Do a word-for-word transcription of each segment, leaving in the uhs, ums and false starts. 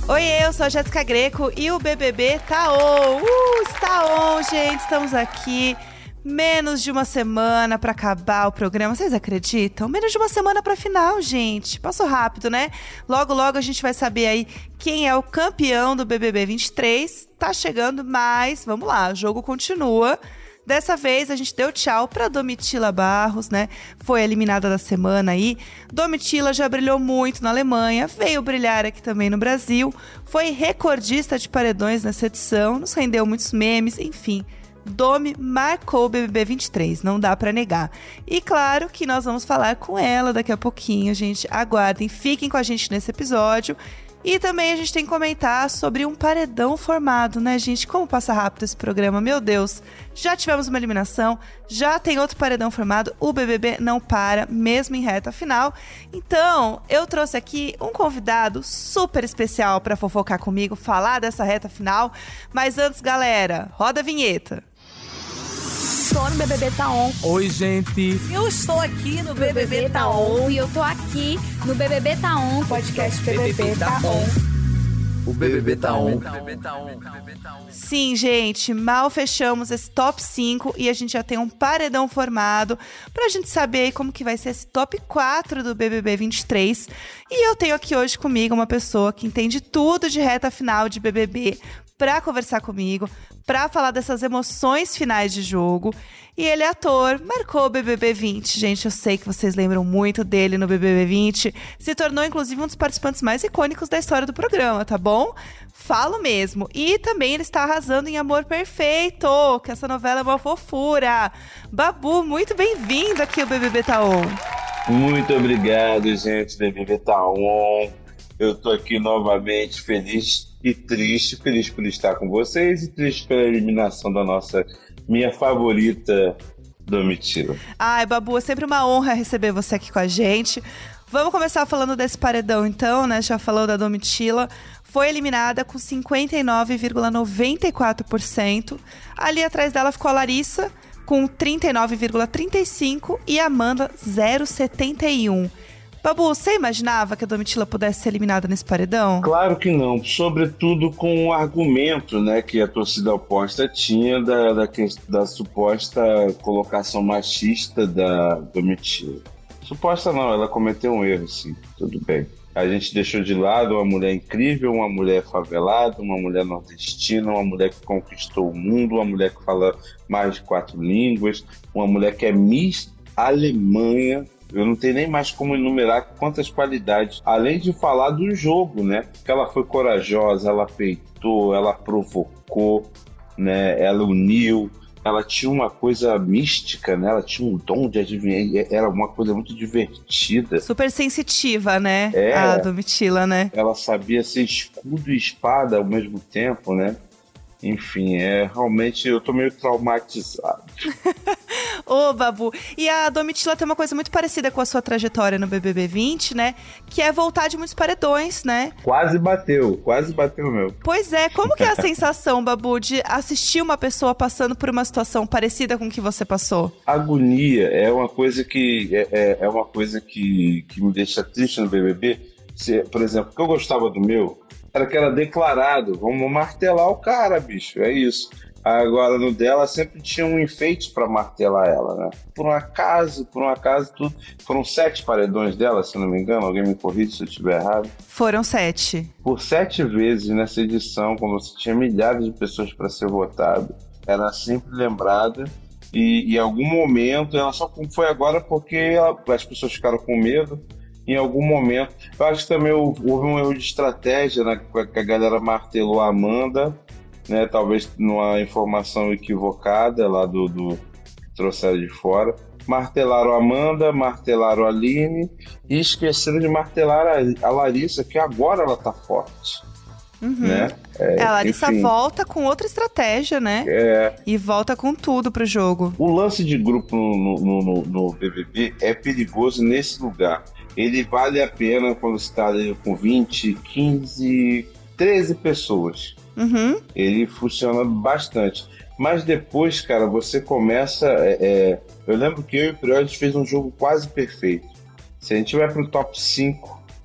Oi, eu sou a Jéssica Greco e o B B B tá on. Uh, está on, gente. Estamos aqui. Menos de uma semana pra acabar o programa. Vocês acreditam? Menos de uma semana pra final, gente. Passou rápido, né? Logo, logo a gente vai saber aí quem é o campeão do B B B vinte e três. Tá chegando, mas vamos lá, o jogo continua. Dessa vez a gente deu tchau pra Domitila Barros, né? Foi eliminada da semana aí. Domitila já brilhou muito na Alemanha, veio brilhar aqui também no Brasil. Foi recordista de paredões nessa edição, nos rendeu muitos memes, enfim. Domi marcou o B B B vinte e três, não dá pra negar. E claro que nós vamos falar com ela daqui a pouquinho, gente. Aguardem, fiquem com a gente nesse episódio. E também a gente tem que comentar sobre um paredão formado, né, gente? Como passa rápido esse programa, meu Deus. Já tivemos uma eliminação, já tem outro paredão formado, o B B B não para, mesmo em reta final. Então, eu trouxe aqui um convidado super especial pra fofocar comigo, falar dessa reta final. Mas antes, galera, roda a vinheta. Estou no B B B Tá On. Oi, gente. Eu estou aqui no B B B Tá On. E eu tô aqui no B B B Tá On. Podcast B B B Tá On. O B B B tá on. Sim, gente, mal fechamos esse top cinco e a gente já tem um paredão formado pra gente saber como que vai ser esse top quatro do B B B vinte e três. E eu tenho aqui hoje comigo uma pessoa que entende tudo de reta final de B B B pra conversar comigo, pra falar dessas emoções finais de jogo. E ele é ator, marcou o B B B vinte. Gente, eu sei que vocês lembram muito dele no B B B vinte. Se tornou, inclusive, um dos participantes mais icônicos da história do programa, tá bom? Falo mesmo. E também ele está arrasando em Amor Perfeito, que essa novela é uma fofura. Babu, muito bem-vindo aqui ao B B B Tá On. Muito obrigado, gente. B B B Tá On. Eu tô aqui novamente feliz e triste. Feliz por estar com vocês e triste pela eliminação da nossa, minha favorita, Domitila. Ai, Babu, é sempre uma honra receber você aqui com a gente. Vamos começar falando desse paredão, então, né? Já falou da Domitila. Foi eliminada com cinquenta e nove vírgula noventa e quatro por cento. Ali atrás dela ficou a Larissa, com trinta e nove vírgula trinta e cinco por cento e a Amanda, zero vírgula setenta e um por cento. Babu, você imaginava que a Domitila pudesse ser eliminada nesse paredão? Claro que não, sobretudo com o argumento, né, que a torcida oposta tinha da, da, da suposta colocação machista da Domitila. Suposta não, ela cometeu um erro, sim, tudo bem. A gente deixou de lado uma mulher incrível, uma mulher favelada, uma mulher nordestina, uma mulher que conquistou o mundo, uma mulher que fala mais de quatro línguas, uma mulher que é Miss Alemanha. Eu não tenho nem mais como enumerar quantas qualidades, além de falar do jogo, né? Que ela foi corajosa, ela peitou, ela provocou, né? Ela uniu, ela tinha uma coisa mística, né? Ela tinha um dom de adivinhar, era uma coisa muito divertida. Super sensitiva, né? É, a Domitila, né? Ela sabia ser escudo e espada ao mesmo tempo, né? Enfim, é, realmente eu tô meio traumatizado. Ô, Babu, e a Domitila tem uma coisa muito parecida com a sua trajetória no B B B vinte, né? Que é voltar de muitos paredões, né? Quase bateu, quase bateu meu. Pois é, como que é a sensação, Babu, de assistir uma pessoa passando por uma situação parecida com o que você passou? Agonia é uma coisa que, é, é, é uma coisa que, que me deixa triste no B B B. Se, por exemplo, o que eu gostava do meu era que era declarado, vamos martelar o cara, bicho, é isso. Agora, no dela, sempre tinha um enfeite pra martelar ela, né? Por um acaso, por um acaso, tudo. Foram sete paredões dela, se não me engano. Alguém me corrige se eu estiver errado. Foram sete. Por sete vezes nessa edição, quando você tinha milhares de pessoas para ser votado, era sempre lembrada. E em algum momento, ela só foi agora porque ela, as pessoas ficaram com medo. Em algum momento, eu acho que também houve um erro de estratégia, né? Que a galera martelou a Amanda, né, talvez numa informação equivocada lá do, do que trouxeram de fora. Martelaram a Amanda, martelaram a Aline e esqueceram de martelar a, a Larissa, que agora ela tá forte. Uhum. Né? É, a Larissa enfim, volta com outra estratégia, né? É, e volta com tudo pro jogo. O lance de grupo no, no, no, no B B B é perigoso nesse lugar. Ele vale a pena quando você está ali com vinte, quinze, treze pessoas. Uhum. Ele funciona bastante. Mas depois, cara, você começa... É, é, eu lembro que eu e o Prior fez um jogo quase perfeito. Se a gente vai pro top cinco,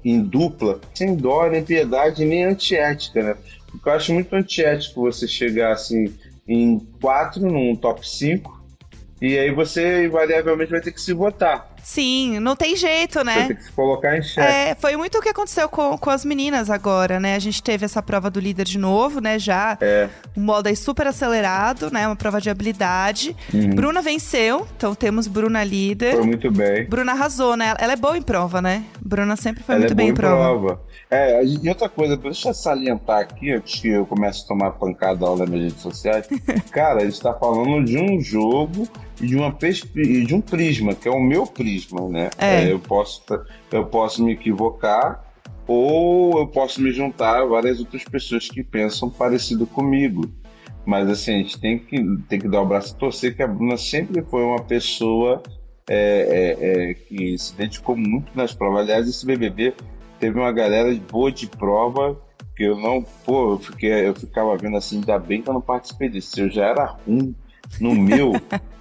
em dupla, sem dó, nem piedade, nem antiética, né? Porque eu acho muito antiético você chegar assim em quatro, num top cinco, e aí você invariavelmente vai ter que se votar. Sim, não tem jeito, né? Você tem que se colocar em xeque. É, foi muito o que aconteceu com, com as meninas agora, né? A gente teve essa prova do líder de novo, né? Já É. um modo aí super acelerado, né? Uma prova de habilidade. Uhum. Bruna venceu, então temos Bruna líder. Foi muito bem. Bruna arrasou, né? Ela é boa em prova, né? Bruna sempre foi Ela muito é bem boa em prova. É, e outra coisa, deixa eu salientar aqui, antes que eu comece a tomar pancada lá nas minhas redes sociais. Cara, a gente tá falando de um jogo e de, uma perspe- de um prisma, que é o meu prisma, né? É. É, eu, posso, eu posso me equivocar ou eu posso me juntar a várias outras pessoas que pensam parecido comigo. Mas assim, a gente tem que, tem que dar o braço a torcer, que a Bruna sempre foi uma pessoa é, é, é, que se dedicou muito nas provas. Aliás, esse B B B teve uma galera boa de prova que eu não... Pô, eu, fiquei, eu ficava vendo assim, ainda bem que eu não participei disso. Eu já era ruim no meu...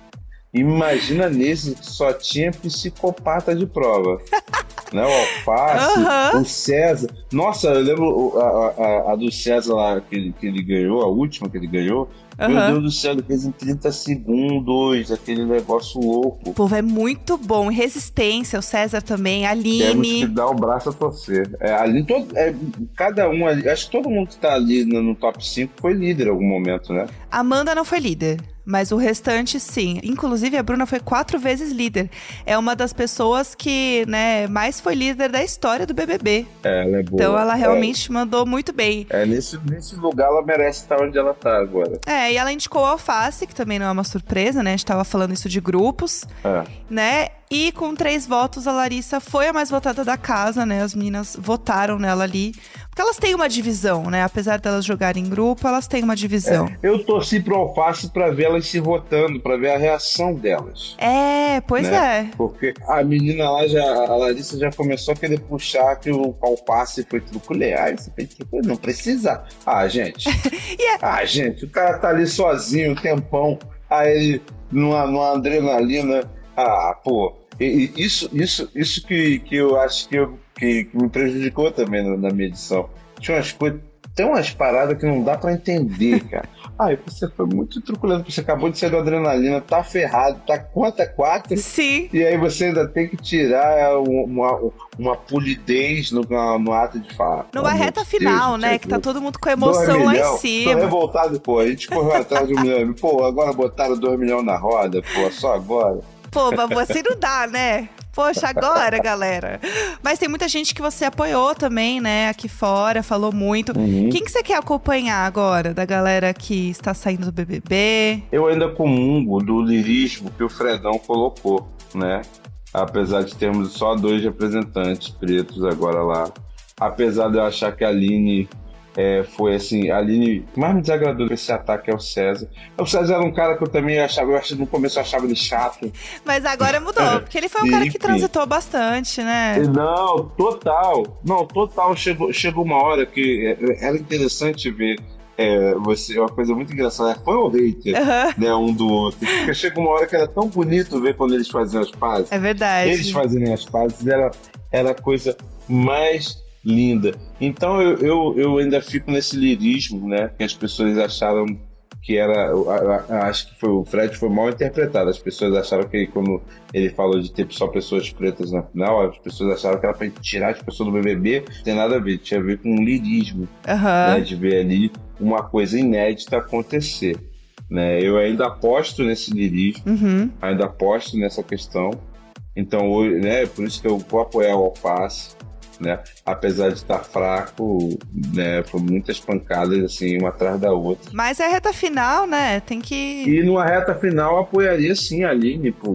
Imagina nesse que só tinha psicopata de prova. Né? O Alface, Uhum. o César. Nossa, eu lembro a, a, a do César lá que ele, que ele ganhou, a última que ele ganhou. Uhum. Meu Deus do céu, ele fez em trinta segundos, aquele negócio louco. O povo é muito bom. Resistência, o César também, a Temos que Aline. dar o braço a torcer. É, ali, todo, é, cada um ali, acho que todo mundo que tá ali no, no top cinco foi líder em algum momento, né? Amanda não foi líder, mas o restante sim. Inclusive, a Bruna foi quatro vezes líder. É uma das pessoas que, né, mais foi líder da história do B B B. É, ela é boa. Então ela realmente mandou muito bem. É, nesse, nesse lugar ela merece estar onde ela tá agora. É, e ela indicou o Alface, que também não é uma surpresa, né? A gente tava falando isso de grupos, É. né? E com três votos, a Larissa foi a mais votada da casa, né? As meninas votaram nela ali. Porque elas têm uma divisão, né? Apesar delas jogarem em grupo, elas têm uma divisão. É, eu torci pro Alface pra ver elas se votando, pra ver a reação delas. É, pois né? é. Porque a menina lá, já, a Larissa já começou a querer puxar que o Alface foi truculé. Ah, você fez truculé, não precisa. Ah, gente. é- Ah, gente, o cara tá ali sozinho, um tempão. Aí ele, numa, numa adrenalina. Ah, pô. E, e isso, isso, isso que, que eu acho que, eu, que, que me prejudicou também na, na minha edição. Tinha umas coisas, tem umas paradas que não dá pra entender, cara. Ai, você foi muito truculento, você acabou de sair da adrenalina, tá ferrado, tá conta quatro, Sim. e aí você ainda tem que tirar uma, uma polidez no, no ato de falar. Numa Pelo reta amor de final, Deus, né? gente, Que tá todo mundo com a dois emoção lá milhão, em Tô cima. revoltado, pô. A gente correu atrás de um milhão. Pô, agora botaram dois milhões na roda, pô, só agora. Pô, mas você não dá, né? Poxa, agora, galera. Mas tem muita gente que você apoiou também, né? Aqui fora, falou muito. Uhum. Quem que você quer acompanhar agora? Da galera que está saindo do B B B? Eu ainda comungo do lirismo que o Fredão colocou, né? Apesar de termos só dois representantes pretos agora lá. Apesar de eu achar que a Aline é, foi assim, a Aline, o que mais me desagradou desse ataque é o César. O César era um cara que eu também achava, eu achava, no começo eu achava ele chato. Mas agora mudou, porque ele foi um cara que Enfim. transitou bastante, né? Não, total. Não, total. Chegou, chegou uma hora que é, era interessante ver é, você, uma coisa muito engraçada. Foi o hater, Aham. né, um do outro. Porque chegou uma hora que era tão bonito ver quando eles faziam as pazes. É verdade. Eles fazerem as pazes era, era a coisa mais linda. Então eu, eu, eu ainda fico nesse lirismo, né? Que as pessoas acharam que era. Eu, eu, acho que foi, o Fred foi mal interpretado. As pessoas acharam que quando ele falou de ter só pessoas pretas na final, as pessoas acharam que era pra tirar as pessoas do B B B. Não tem nada a ver, tinha a ver com lirismo, Aham. né, de ver ali uma coisa inédita acontecer. Né? Eu ainda aposto nesse lirismo, Uhum. ainda aposto nessa questão. Então, hoje, né, por isso que eu vou apoiar o Alface, né? Apesar de estar fraco, né, foi muitas pancadas assim, uma atrás da outra. Mas é reta final, né? Tem que. E numa reta final eu apoiaria sim a Aline, pô,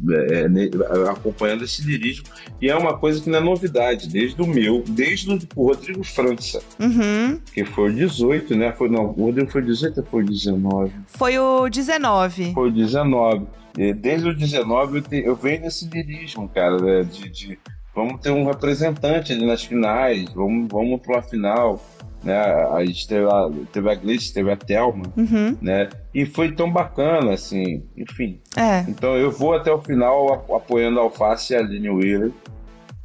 é, né, acompanhando esse lirismo. E é uma coisa que não é novidade, desde o meu, desde o Rodrigo França, Uhum. que foi o dezoito, né? Foi, não, o Rodrigo foi o dezoito ou foi o dezenove? Foi o dezenove. Foi o dezenove. E desde o dezenove eu, te, eu venho nesse lirismo, cara, né, de, de vamos ter um representante ali nas finais, vamos, vamos para uma final, né? A gente teve a, teve a Gleice, teve a Thelma, Uhum. né? E foi tão bacana, assim, enfim. É. Então eu vou até o final ap- apoiando a Alface e a Aline Wheeler,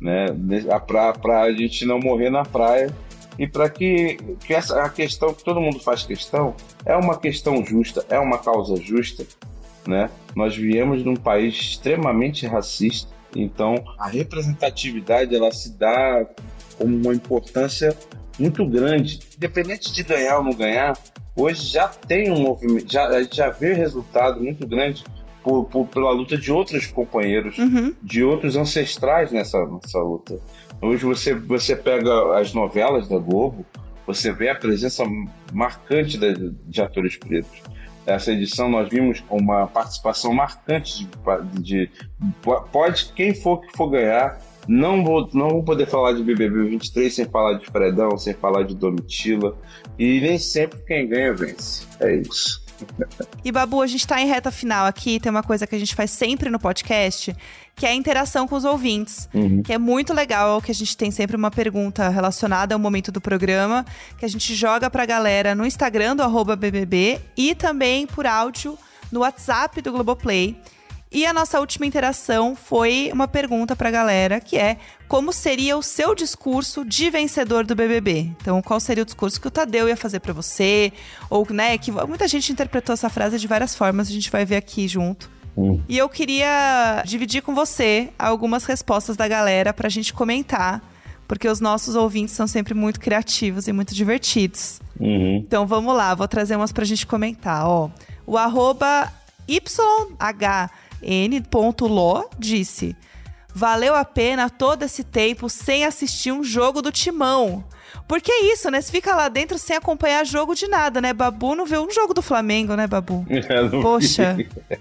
né? Para a gente não morrer na praia e para que, que essa a questão que todo mundo faz questão é uma questão justa, é uma causa justa, né? Nós viemos de um país extremamente racista, então a representatividade ela se dá com uma importância muito grande, independente de ganhar ou não ganhar. Hoje já tem um movimento, já, a gente já vê resultado muito grande por, por, pela luta de outros companheiros, uhum. de outros ancestrais nessa, nessa luta. Hoje você, você pega as novelas da Globo, você vê a presença marcante de, de atores pretos. Essa edição nós vimos uma participação marcante de, de, de pode quem for que for ganhar. Não vou, não vou poder falar de B B B vinte e três sem falar de Fredão, sem falar de Domitila. E nem sempre quem ganha vence. É isso. E Babu, a gente tá em reta final aqui. Tem uma coisa que a gente faz sempre no podcast, que é a interação com os ouvintes. Uhum. Que é muito legal, que a gente tem sempre uma pergunta relacionada ao momento do programa, que a gente joga pra galera no Instagram do arroba B B B e também por áudio no WhatsApp do Globoplay. E a nossa última interação foi uma pergunta pra galera, que é: como seria o seu discurso de vencedor do B B B? Então, qual seria o discurso que o Tadeu ia fazer pra você? Ou, né, que muita gente interpretou essa frase de várias formas, a gente vai ver aqui junto. Hum. E eu queria dividir com você algumas respostas da galera pra gente comentar, porque os nossos ouvintes são sempre muito criativos e muito divertidos. Uhum. Então, vamos lá, vou trazer umas pra gente comentar, ó. O arroba Y H N.Lo disse: valeu a pena todo esse tempo sem assistir um jogo do Timão. Porque é isso, né? Você fica lá dentro sem acompanhar jogo de nada, né? Babu não vê um jogo do Flamengo, né, Babu? Poxa.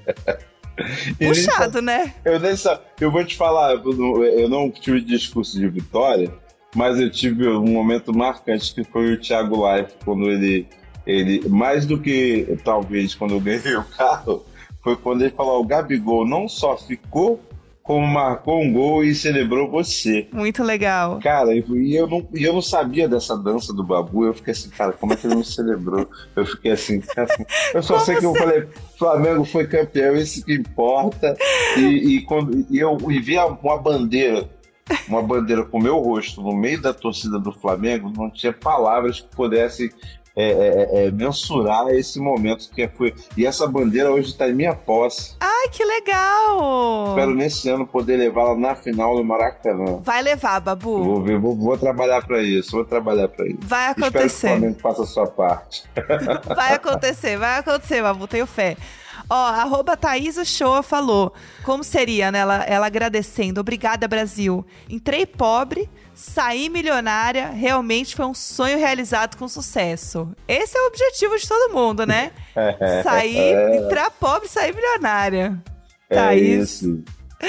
Puxado, nem, né? Eu, nem, eu vou te falar, eu não, eu não tive discurso de vitória, mas eu tive um momento marcante que foi o Thiago Life, quando ele, ele, mais do que talvez quando eu ganhei o carro, foi quando ele falou: o Gabigol não só ficou, como marcou um gol e celebrou você. Muito legal. Cara, e eu não, eu não sabia dessa dança do Babu. Eu fiquei assim, cara, como é que ele não celebrou? Eu fiquei assim, cara, eu só como sei que você... eu falei: Flamengo foi campeão, isso que importa. E, e, quando, e eu e vi uma bandeira, uma bandeira com o meu rosto no meio da torcida do Flamengo, não tinha palavras que pudessem É, é, é, mensurar esse momento que foi. E essa bandeira hoje está em minha posse. Ai, que legal! Espero nesse ano poder levá-la na final do Maracanã. Vai levar, Babu. Vou, ver, vou, vou trabalhar para isso, vou trabalhar para isso. Vai acontecer. Espero que o Flamengo faça a sua parte. Vai acontecer, vai acontecer, Babu, tenho fé. Ó, arroba Thaís Uchoa falou: como seria, né, ela, ela agradecendo, obrigada Brasil, entrei pobre, saí milionária, realmente foi um sonho realizado com sucesso. Esse é o objetivo de todo mundo, né? Sair, entrar pobre, sair milionária. É Thaís, isso.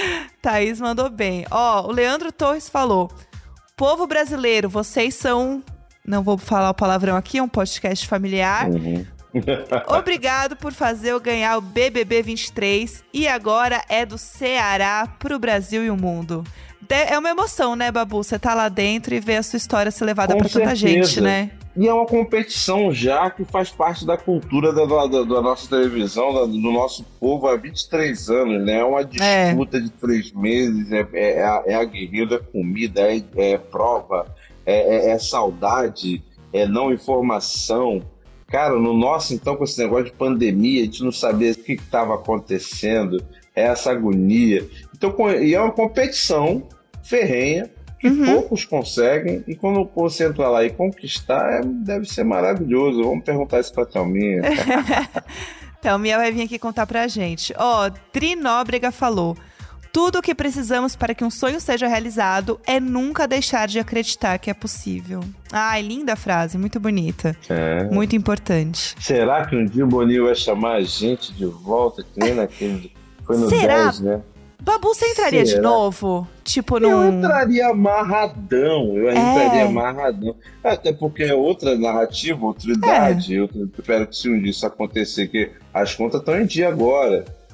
Thaís mandou bem. Ó, o Leandro Torres falou: povo brasileiro, vocês são... Não vou falar o palavrão aqui, é um podcast familiar. Uhum. Obrigado por fazer eu ganhar o B B B vinte e três e agora é do Ceará pro Brasil e o mundo. É uma emoção, né, Babu? Você tá lá dentro e ver a sua história ser levada pra tanta gente, né? E é uma competição já que faz parte da cultura da, da, da nossa televisão, da, do nosso povo há vinte e três anos, né? É uma disputa é. de três meses, é, é, a, é a guerrilha, é comida, é, é prova, é, é, é saudade, é não informação. Cara, no nosso, então, com esse negócio de pandemia, a gente não sabia o que estava acontecendo, é essa agonia. Então, e é uma competição ferrenha, que uhum. poucos conseguem, e quando você entrar lá e conquistar, é, deve ser maravilhoso. Vamos perguntar isso pra Thelminha. Thelminha vai vir aqui contar pra gente. Ó, Tri Nóbrega falou: tudo o que precisamos para que um sonho seja realizado é nunca deixar de acreditar que é possível. Ai, linda frase, muito bonita. É. Muito importante. Será que um dia o Boninho vai chamar a gente de volta, que nem naquele... Foi no Será? dez, né? Babu, você entraria Será? de novo? Tipo, num... Eu entraria amarradão. Eu é. entraria amarradão. Até porque é outra narrativa, outra idade. É. Eu espero que se um dia isso acontecer, que as contas estão em dia agora.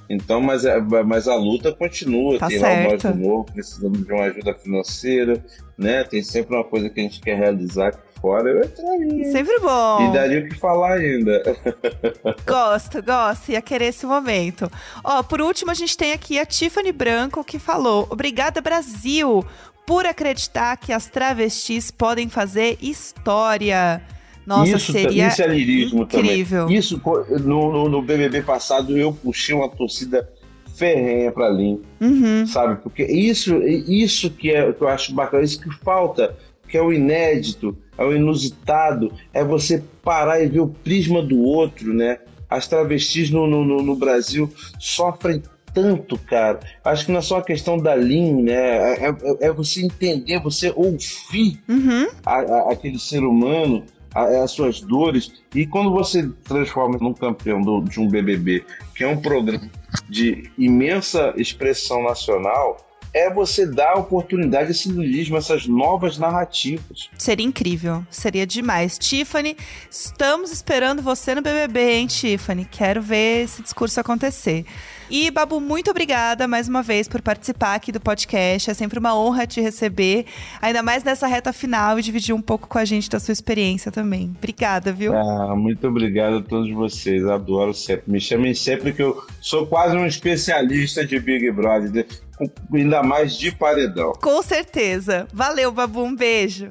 Então, mas, mas a luta continua, Tá tem certo. lá o Mais Novo, precisamos de uma ajuda financeira, né? Tem sempre uma coisa que a gente quer realizar aqui fora, eu entraria. Sempre bom. E daria o que falar ainda. Gosto, gosto. Ia querer esse momento. Ó, por último, a gente tem aqui a Tiffany Branco, que falou: obrigada, Brasil, por acreditar que as travestis podem fazer história. Nossa, isso, seria isso é lirismo incrível. Também. Isso, no, no, no B B B passado, eu puxei uma torcida ferrenha pra Lin, Uhum. sabe? Porque isso, isso que, é, que eu acho bacana, isso que falta, que é o inédito, é o inusitado, é você parar e ver o prisma do outro, né? As travestis no, no, no Brasil sofrem tanto, cara. Acho que não é só a questão da Lin, né? É, é, é você entender, você ouvir Uhum. a, a, aquele ser humano, a, as suas dores, e quando você transforma num campeão do, de um B B B, que é um programa de imensa expressão nacional, é você dar a oportunidade, esse lirismo, essas novas narrativas. Seria incrível, seria demais. Tiffany, estamos esperando você no B B B, hein, Tiffany? Quero ver esse discurso acontecer. E, Babu, muito obrigada mais uma vez por participar aqui do podcast. É sempre uma honra te receber, ainda mais nessa reta final, e dividir um pouco com a gente da sua experiência também. Obrigada, viu? Ah, muito obrigado a todos vocês, adoro sempre. Me chamem sempre, que eu sou quase um especialista de Big Brother, ainda mais de paredão. Com certeza. Valeu, Babu, um beijo.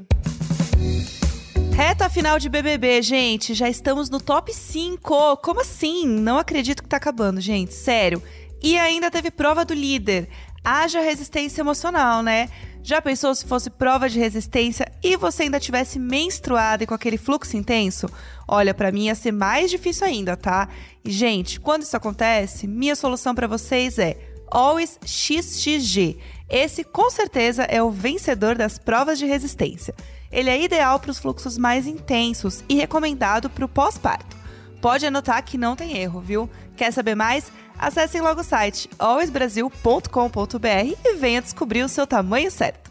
Reta final de B B B, gente. Já estamos no top cinco. Como assim? Não acredito que tá acabando, gente. Sério. E ainda teve prova do líder. Haja resistência emocional, né? Já pensou se fosse prova de resistência e você ainda tivesse menstruado e com aquele fluxo intenso? Olha, pra mim ia ser mais difícil ainda, tá? E, gente, quando isso acontece, minha solução pra vocês é Always X X G. Esse, com certeza, é o vencedor das provas de resistência. Ele é ideal para os fluxos mais intensos e recomendado para o pós-parto. Pode anotar que não tem erro, viu? Quer saber mais? Acessem logo o site always brasil ponto com ponto b r e venha descobrir o seu tamanho certo.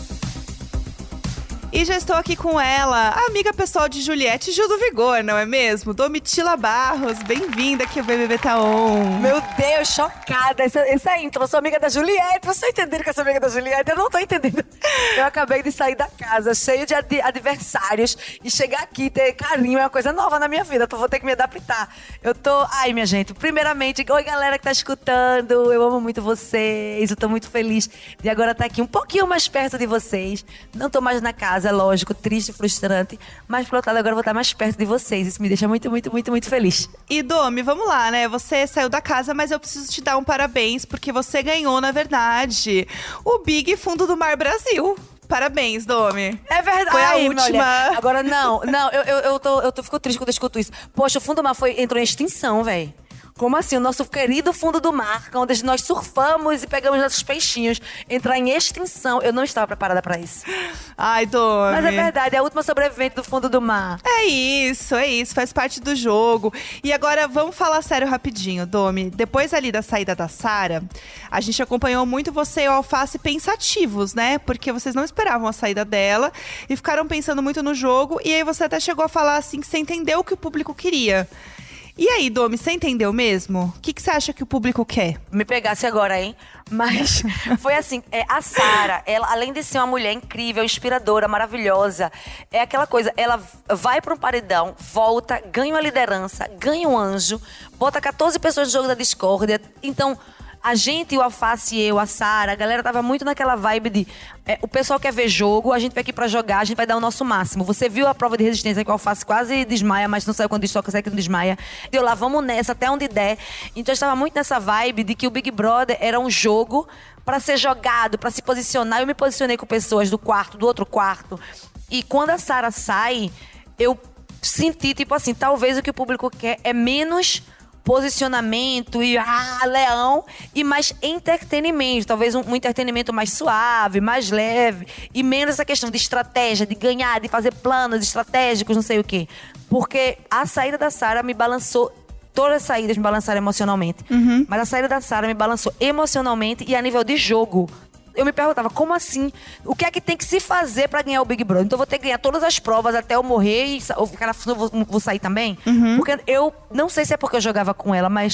E já estou aqui com ela, a amiga pessoal de Juliette Gil do Vigor, não é mesmo? Domitila Barros, bem-vinda aqui ao B B B Tá On. Meu Deus, chocada. Essa, essa intro, eu sou amiga da Juliette. Vocês estão entendendo que eu sou amiga da Juliette? Eu não tô entendendo. Eu acabei de sair da casa, cheio de ad- adversários. E chegar aqui e ter carinho é uma coisa nova na minha vida. Eu vou ter que me adaptar. Eu tô... Ai, minha gente, primeiramente, oi, galera que tá escutando. Eu amo muito vocês. Eu tô muito feliz de agora estar aqui um pouquinho mais perto de vocês. Não tô mais na casa, é lógico, triste, frustrante. Mas, por outro lado, agora eu vou estar mais perto de vocês. Isso me deixa muito, muito, muito, muito feliz. E Domi, vamos lá, né? Você saiu da casa, mas eu preciso te dar um parabéns, porque você ganhou, na verdade, o Big Fundo do Mar Brasil. Parabéns, Domi. É verdade. Foi a Ai, última. olha, agora, não, não, eu, eu, eu, tô, eu tô, fico triste quando eu escuto isso. Poxa, o Fundo do Mar foi, entrou em extinção, velho. Como assim? O nosso querido Fundo do Mar, onde nós surfamos e pegamos nossos peixinhos, entrar em extinção. Eu não estava preparada pra isso. Ai, Domi. Mas é verdade, é a última sobrevivente do Fundo do Mar. É isso, é isso, faz parte do jogo. E agora vamos falar sério rapidinho, Domi. Depois ali da saída da Sara, a gente acompanhou muito você e o Alface pensativos, né? Porque vocês não esperavam a saída dela e ficaram pensando muito no jogo. E aí você até chegou a falar assim que você entendeu o que o público queria. E aí, Domi, você entendeu mesmo? O que, que você acha que o público quer? Me pegasse agora, hein? Mas foi assim, é, a Sara, ela, além de ser uma mulher incrível, inspiradora, maravilhosa, é aquela coisa, ela vai para um paredão, volta, ganha uma liderança, ganha um anjo, bota quatorze pessoas no jogo da discórdia. Então, a gente, o Alface e eu, a Sara, a galera tava muito naquela vibe de é, o pessoal quer ver jogo, a gente vai aqui pra jogar, a gente vai dar o nosso máximo. Você viu a prova de resistência que o Alface quase desmaia, mas não saiu quando destoca, sai que não desmaia. Deu lá, vamos nessa, até onde der. Então, eu estava muito nessa vibe de que o Big Brother era um jogo pra ser jogado, pra se posicionar. Eu me posicionei com pessoas do quarto, do outro quarto. E quando a Sara sai, eu senti, tipo assim, talvez o que o público quer é menos posicionamento e ah, leão, e mais entretenimento, talvez um, um entretenimento mais suave, mais leve, e menos essa questão de estratégia, de ganhar, de fazer planos estratégicos, não sei o quê. Porque a saída da Sara me balançou, todas as saídas me balançaram emocionalmente, uhum. Mas a saída da Sara me balançou emocionalmente e a nível de jogo. Eu me perguntava, como assim? O que é que tem que se fazer pra ganhar o Big Brother? Então eu vou ter que ganhar todas as provas até eu morrer e ou ficar na, vou, vou sair também? Uhum. Porque eu não sei se é porque eu jogava com ela, mas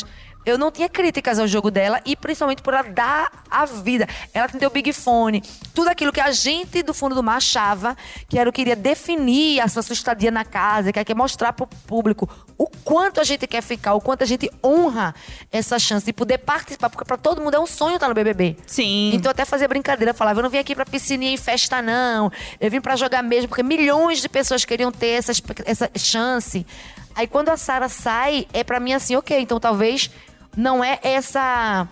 Eu não tinha críticas ao jogo dela e principalmente por ela dar a vida. Ela tem o Big Fone, tudo aquilo que a gente do fundo do mar achava que era o que iria definir a sua estadia na casa, que quer mostrar pro público o quanto a gente quer ficar, o quanto a gente honra essa chance de poder participar, porque pra todo mundo é um sonho estar no B B B. Sim. Então até fazia brincadeira, falava, eu não vim aqui pra piscininha em festa não, eu vim pra jogar mesmo, porque milhões de pessoas queriam ter essa, essa chance. Aí quando a Sara sai, é pra mim assim, ok, então talvez não é essa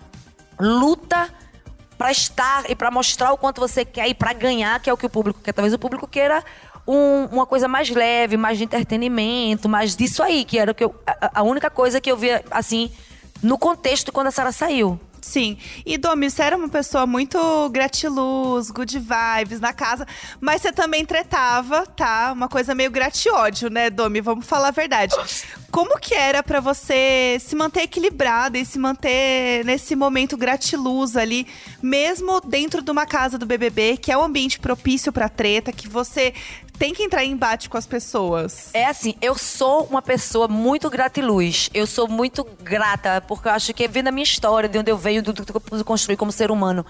luta pra estar e pra mostrar o quanto você quer e pra ganhar, que é o que o público quer. Talvez o público queira um, uma coisa mais leve, mais de entretenimento, mais disso aí, que era o que eu, a, a única coisa que eu via, assim, no contexto quando a Sara saiu. Sim. E, Domi, você era uma pessoa muito gratiluz, good vibes na casa, mas você também tretava, tá? Uma coisa meio gratiódio, né, Domi? Vamos falar a verdade. Como que era pra você se manter equilibrada e se manter nesse momento gratiluz ali, mesmo dentro de uma casa do B B B, que é um ambiente propício pra treta, que você tem que entrar em embate com as pessoas? É assim, eu sou uma pessoa muito gratiluz. Eu sou muito grata, porque eu acho que vem da minha história, de onde eu venho, do que eu pude construir como ser humano.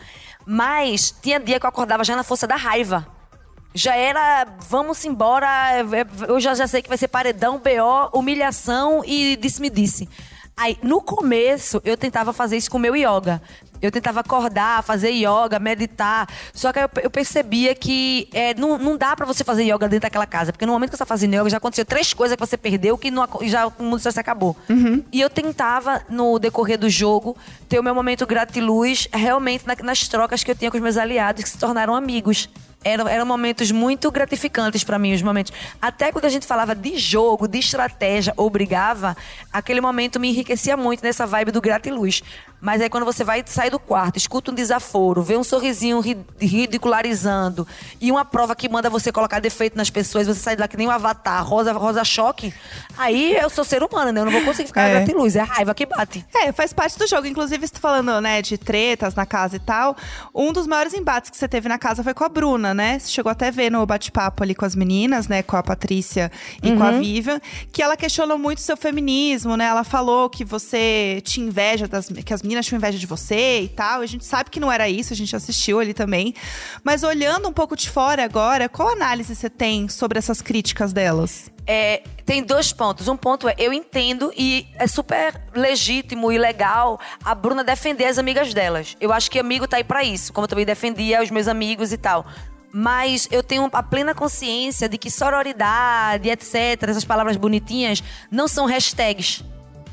Mas tinha dia que eu acordava já na força da raiva. Já era, vamos embora, eu já, já sei que vai ser paredão, B O, humilhação e disse-me-disse. Aí, no começo, eu tentava fazer isso com o meu yoga. Eu tentava acordar, fazer yoga, meditar. Só que eu, eu percebia que é, não, não dá pra você fazer yoga dentro daquela casa. Porque no momento que você tá fazendo yoga, já aconteceu três coisas que você perdeu que não, já, o mundo já se acabou. Uhum. E eu tentava, no decorrer do jogo, ter o meu momento gratiluz realmente na, nas trocas que eu tinha com os meus aliados, que se tornaram amigos. Eram, eram momentos muito gratificantes pra mim, os momentos. Até quando a gente falava de jogo, de estratégia, ou brigava, aquele momento me enriquecia muito nessa vibe do gratiluz. Mas aí quando você vai sair do quarto, escuta um desaforo, vê um sorrisinho ri- ridicularizando e uma prova que manda você colocar defeito nas pessoas, você sai de lá que nem um avatar, rosa, rosa choque, aí eu sou ser humano, né? Eu não vou conseguir ficar é. gratiluz, é a raiva que bate. É, faz parte do jogo. Inclusive, você tá falando, né, de tretas na casa e tal. Um dos maiores embates que você teve na casa foi com a Bruna, né? Você chegou até a ver no bate-papo ali com as meninas, né? Com a Patrícia e uhum. com a Vivian, que ela questionou muito o seu feminismo, né? Ela falou que você tinha inveja, das, que as meninas tinham inveja de você e tal. A gente sabe que não era isso, a gente assistiu ali também. Mas olhando um pouco de fora agora, qual análise você tem sobre essas críticas delas? É, tem dois pontos. Um ponto é, eu entendo e é super legítimo e legal a Bruna defender as amigas delas. Eu acho que amigo tá aí pra isso, como eu também defendia os meus amigos e tal. Mas eu tenho a plena consciência de que sororidade, etcétera, essas palavras bonitinhas, não são hashtags.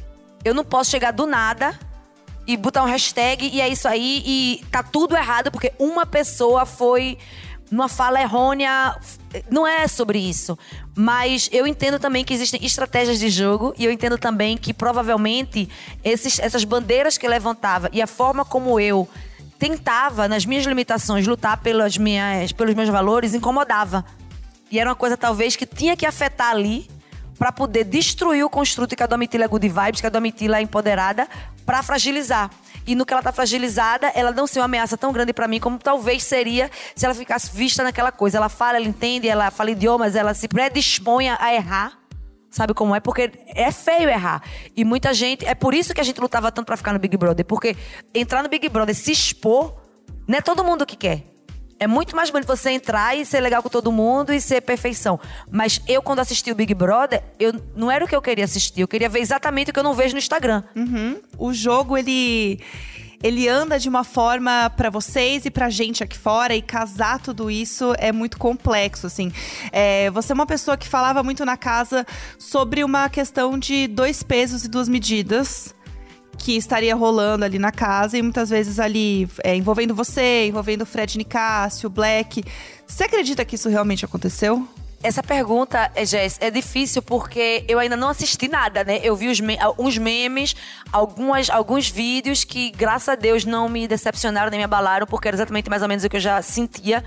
Eu não posso chegar do nada e botar um hashtag e é isso aí e tá tudo errado porque uma pessoa foi numa fala errônea. Não é sobre isso. Mas eu entendo também que existem estratégias de jogo e eu entendo também que provavelmente esses, essas bandeiras que eu levantava e a forma como eu tentava, nas minhas limitações, lutar pelas minhas, pelos meus valores, incomodava. E era uma coisa, talvez, que tinha que afetar ali pra poder destruir o construto que a Domitila é good vibes, que a Domitila é empoderada, pra fragilizar. E no que ela tá fragilizada, ela não ser uma ameaça tão grande pra mim como talvez seria se ela ficasse vista naquela coisa. Ela fala, ela entende, ela fala idiomas, ela se predispõe a errar. Sabe como é? Porque é feio errar. E muita gente... É por isso que a gente lutava tanto pra ficar no Big Brother. Porque entrar no Big Brother, se expor, não é todo mundo que quer. É muito mais bonito você entrar e ser legal com todo mundo e ser perfeição. Mas eu, quando assisti o Big Brother, eu, não era o que eu queria assistir. Eu queria ver exatamente o que eu não vejo no Instagram. Uhum. O jogo, ele... Ele anda de uma forma pra vocês e pra gente aqui fora, e casar tudo isso é muito complexo, assim. É, você é uma pessoa que falava muito na casa sobre uma questão de dois pesos e duas medidas que estaria rolando ali na casa, e muitas vezes ali é, envolvendo você, envolvendo o Fred Nicásio, o Black. Você acredita que isso realmente aconteceu? Essa pergunta, Jess, é difícil porque eu ainda não assisti nada, né? Eu vi os me- uns memes, algumas, alguns vídeos que, graças a Deus, não me decepcionaram nem me abalaram, porque era exatamente mais ou menos o que eu já sentia.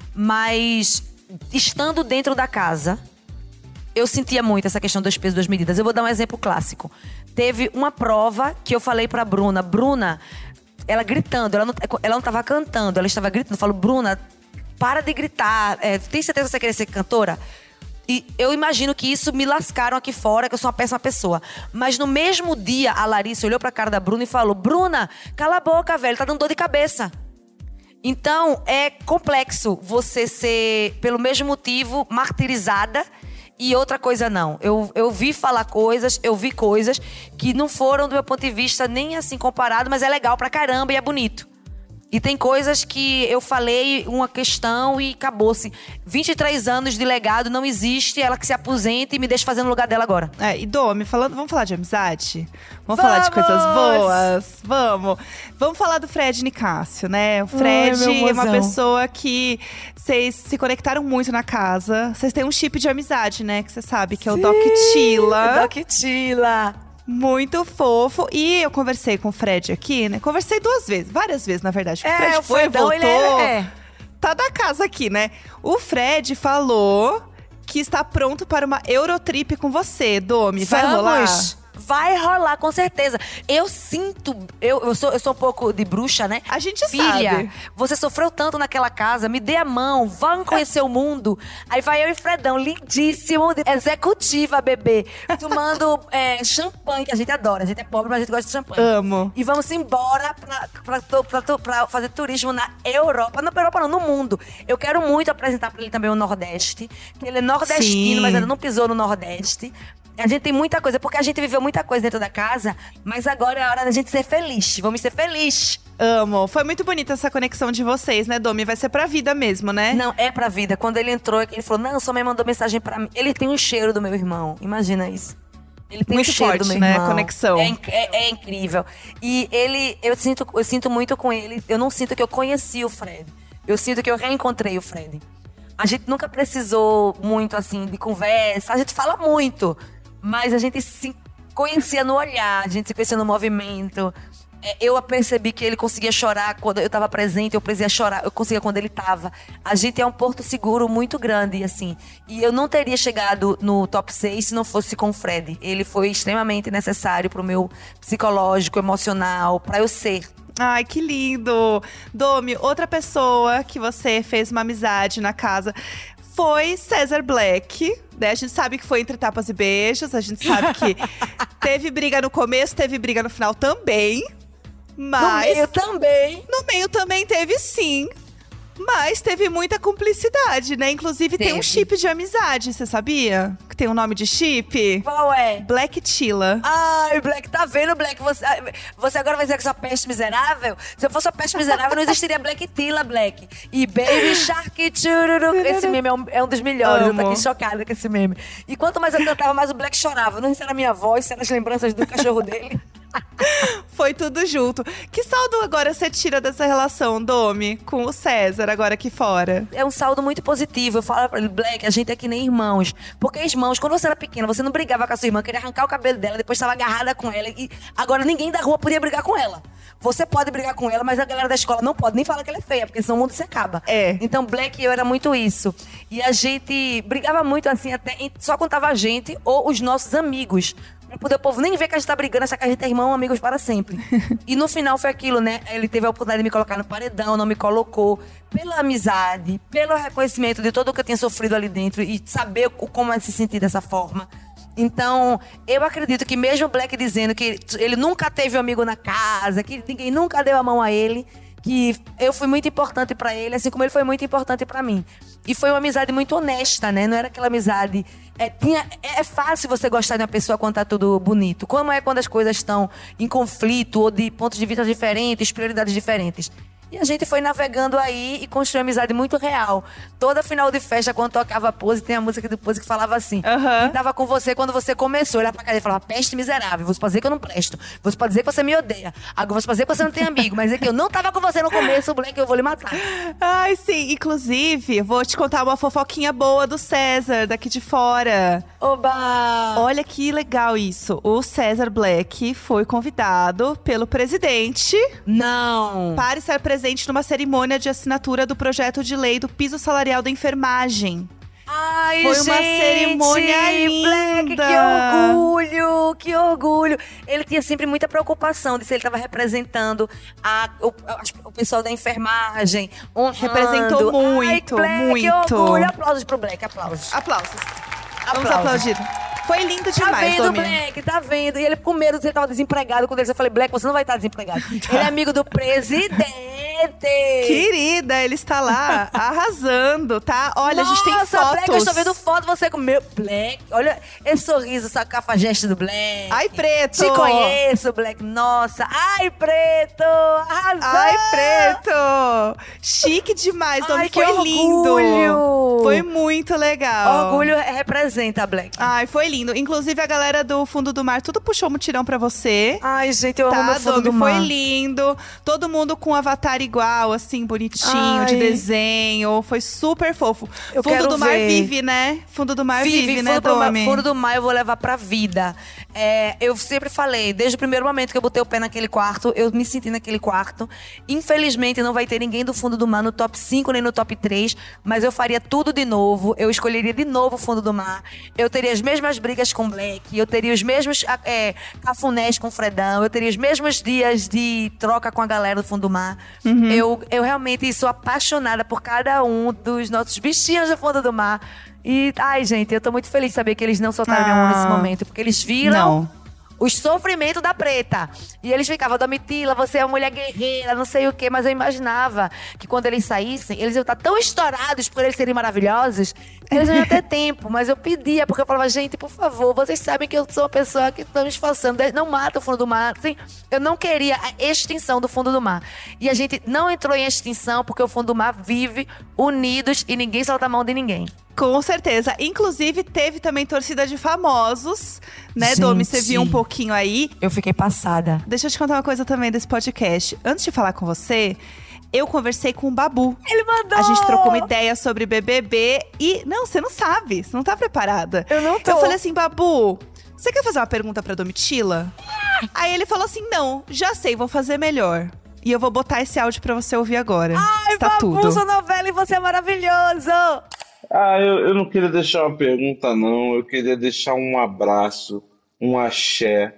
Mas, estando dentro da casa, eu sentia muito essa questão dos pesos, duas medidas. Eu vou dar um exemplo clássico. Teve uma prova que eu falei pra Bruna. Bruna, ela gritando, ela não, ela não tava cantando, ela estava gritando. Eu falo, Bruna, para de gritar. É, tem certeza que você quer ser cantora? E eu imagino que isso me lascaram aqui fora, que eu sou uma péssima pessoa. Mas no mesmo dia, a Larissa olhou pra cara da Bruna e falou: Bruna, cala a boca, velho, tá dando dor de cabeça. Então, é complexo você ser, pelo mesmo motivo, martirizada e outra coisa não. Eu, eu vi falar coisas, eu vi coisas que não foram, do meu ponto de vista, nem assim comparado, mas é legal pra caramba e é bonito. E tem coisas que eu falei uma questão e acabou-se. vinte e três anos de legado, não existe ela que se aposente e me deixe fazer no lugar dela agora. É, e Domi, falando, vamos falar de amizade? Vamos, vamos falar de coisas boas? Vamos. Vamos falar do Fred Nicásio, né? O Fred Ai, é uma pessoa que vocês se conectaram muito na casa. Vocês têm um chip de amizade, né? Que você sabe, que é o Doc Tila. Doc Tila. Muito fofo. E eu conversei com o Fred aqui, né? Conversei duas vezes, várias vezes, na verdade. O É, Fred o foi, Fredão, voltou. ele é, é. Tá da casa aqui, né? O Fred falou que está pronto para uma Eurotrip com você, Domi. Vai Vamos. rolar? Vai rolar, com certeza. Eu sinto… Eu, eu, sou, eu sou um pouco de bruxa, né? A gente Filha, sabe. você sofreu tanto naquela casa. Me dê a mão. Vamos conhecer o mundo. Aí vai eu e Fredão, lindíssimo. Executiva, bebê. Tomando é, champanhe, que a gente adora. A gente é pobre, mas a gente gosta de champanhe. Amo. E vamos embora pra, pra, pra, pra, pra fazer turismo na Europa. Não, na Europa não, no mundo. Eu quero muito apresentar pra ele também o Nordeste. Que ele é nordestino, Sim. mas ainda não pisou no Nordeste. A gente tem muita coisa, porque a gente viveu muita coisa dentro da casa, mas agora é a hora da gente ser feliz. Vamos ser felizes. Amo. Foi muito bonita essa conexão de vocês, né, Domi? Vai ser pra vida mesmo, né? Não, é pra vida. Quando ele entrou, ele falou, não, sua mãe mandou mensagem pra mim. Ele tem um cheiro do meu irmão, imagina isso. Ele tem Muito um cheiro forte, do meu né? irmão. Conexão. É, inc- é- é incrível. E ele, eu sinto, eu sinto muito com ele. Eu não sinto que eu conheci o Fred. Eu sinto que eu reencontrei o Fred. A gente nunca precisou muito, assim, de conversa. A gente fala muito. Mas a gente se conhecia no olhar, a gente se conhecia no movimento. É, eu percebi que ele conseguia chorar quando eu estava presente, eu conseguia chorar, eu conseguia quando ele estava. A gente é um porto seguro muito grande, assim. E eu não teria chegado no top seis se não fosse com o Fred. Ele foi extremamente necessário pro meu psicológico, emocional, para eu ser. Ai, que lindo! Domi, outra pessoa que você fez uma amizade na casa foi César Black, né? A gente sabe que foi entre tapas e beijos, a gente sabe que teve briga no começo, teve briga no final também. Mas No meio também. no meio também teve sim. Mas teve muita cumplicidade, né? Inclusive tem um Teve. chip de amizade, você sabia? Que tem um nome de chip? Qual é? Black Tila. Ai, Black, tá vendo, Black? Você, você agora vai dizer que sou peste miserável? Se eu fosse uma peste miserável, não existiria Black Tila, Black. E Baby Shark Chururu. Esse meme é um, é um dos melhores. Amo. Eu tô aqui chocada com esse meme. E quanto mais eu cantava, mais o Black chorava. Não sei se era a minha voz, se eram as lembranças do cachorro dele. Foi tudo junto. Que saldo agora você tira dessa relação, Domi, com o César, agora aqui fora? É um saldo muito positivo. Eu falo pra ele, Black, a gente é que nem irmãos. Porque irmãos, quando você era pequena, você não brigava com a sua irmã, queria arrancar o cabelo dela, depois estava agarrada com ela. E agora ninguém da rua podia brigar com ela. Você pode brigar com ela, mas a galera da escola não pode nem falar que ela é feia, porque senão o mundo se acaba. É. Então, Black e eu era muito isso. E a gente brigava muito assim, até só quando tava a gente ou os nossos amigos. Pra poder o povo nem ver que a gente tá brigando, achar que a gente é irmão, amigos para sempre. E no final foi aquilo, né? Ele teve a oportunidade de me colocar no paredão, não me colocou. Pela amizade, pelo reconhecimento de tudo o que eu tinha sofrido ali dentro e saber o- como é se sentir dessa forma. Então, eu acredito que mesmo o Black dizendo que ele nunca teve um amigo na casa, que ninguém nunca deu a mão a ele, que eu fui muito importante pra ele, assim como ele foi muito importante pra mim. E foi uma amizade muito honesta, né? Não era aquela amizade… É, tinha, é fácil você gostar de uma pessoa quando tá tudo bonito. Como é quando as coisas estão em conflito ou de pontos de vista diferentes, prioridades diferentes. E a gente foi navegando aí e construiu uma amizade muito real. Toda final de festa, quando tocava Pose, tem a música do Pose que falava assim. Aham. Quem tava com você quando você começou, olhar pra cara e falava, peste miserável, você pode dizer que eu não presto. Você pode dizer que você me odeia. Agora você pode dizer que você não tem amigo, mas é que eu não tava com você no começo, Black, eu vou lhe matar. Ai, sim. Inclusive, vou te contar uma fofoquinha boa do César, daqui de fora. Oba! Olha que legal isso. O César Black foi convidado pelo presidente Não! para estar presente numa cerimônia de assinatura do projeto de lei do piso salarial da enfermagem. Ai, Foi uma gente, cerimônia Black, linda. que orgulho, que orgulho. Ele tinha sempre muita preocupação de se ele estava representando a, o, a- o pessoal da enfermagem. honrando. Representou muito, Ai, Black, muito. que orgulho. Aplausos pro Black, aplausos. Aplausos. Vamos Aplausos. aplaudir. Foi lindo Tá demais, vendo, Domi. Black? Tá vendo? E ele com medo de ele tava desempregado. Quando ele eu falei, Black, você não vai estar desempregado. Ele é amigo do presidente. Querida, ele está lá arrasando, tá? Olha, Nossa, a gente tem fotos. Black, eu estou vendo foto você com meu Black. Olha esse sorriso, essa cafajeste do Black. Ai, preto. Te conheço, Black. Nossa. Ai, preto. Arrasou. Ai, preto. Chique demais, Domi. Ai, que Foi lindo. orgulho. Foi muito legal. Orgulho representa, Black. Ai, foi lindo. Inclusive, a galera do Fundo do Mar, tudo puxou mutirão pra você. Ai, gente, eu amo Tá, meu fundo Domi, do mar. foi lindo. Todo mundo com um avatar igual, assim, bonitinho, Ai. de desenho. Foi super fofo. Eu Fundo quero do Mar ver. vive, né? Fundo do Mar vive, Vive, né, fundo, do mar, Domi? fundo do mar eu vou levar pra vida. É, eu sempre falei, desde o primeiro momento que eu botei o pé naquele quarto, eu me senti naquele quarto. Infelizmente, não vai ter ninguém do fundo do mar no top cinco nem no top três, mas eu faria tudo de novo. Eu escolheria de novo o fundo do mar. Eu teria as mesmas brigas com o Black, eu teria os mesmos é, cafunés com o Fredão, eu teria os mesmos dias de troca com a galera do fundo do mar. Uhum. Eu, eu realmente sou apaixonada por cada um dos nossos bichinhos do fundo do mar. E, ai, gente, eu tô muito feliz de saber que eles não soltaram minha mão nesse Ah. momento, porque eles viram Não. os sofrimentos da preta. E eles ficavam, Domitila, você é uma mulher guerreira, não sei o quê. Mas eu imaginava que quando eles saíssem, eles iam estar tão estourados por eles serem maravilhosos, que eles não iam ter tempo. Mas eu pedia, porque eu falava, gente, por favor, vocês sabem que eu sou uma pessoa que está me esforçando. Não mata o fundo do mar. Assim, eu não queria a extinção do fundo do mar. E a gente não entrou em extinção, porque o fundo do mar vive unidos e ninguém solta a mão de ninguém. Com certeza. Inclusive, teve também torcida de famosos, né, Domi? Você Gente. viu um pouquinho aí. Eu fiquei passada. Deixa eu te contar uma coisa também desse podcast. Antes de falar com você, eu conversei com o Babu. Ele mandou! A gente trocou uma ideia sobre B B B e… Não, você não sabe, você não tá preparada. Eu não tô. Eu falei assim, Babu, você quer fazer uma pergunta pra Domitila? Aí ele falou assim, não, já sei, vou fazer melhor. E eu vou botar esse áudio pra você ouvir agora. Ai, Está Babu, tudo. sua novela e você é maravilhoso! Ah, eu, eu não queria deixar uma pergunta, não. Eu queria deixar um abraço, um axé,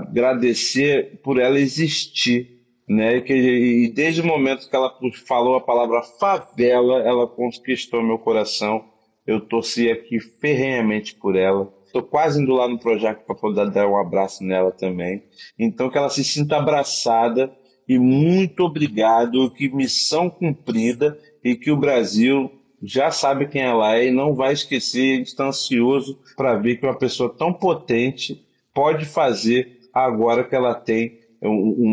agradecer por ela existir, né? E, que, e desde o momento que ela falou a palavra favela, ela conquistou meu coração. Eu torci aqui ferrenhamente por ela. Estou quase indo lá no Projac para poder dar um abraço nela também. Então, que ela se sinta abraçada e muito obrigado, que missão cumprida e que o Brasil já sabe quem ela é e não vai esquecer. A gente está ansioso para ver que uma pessoa tão potente pode fazer agora que ela tem um,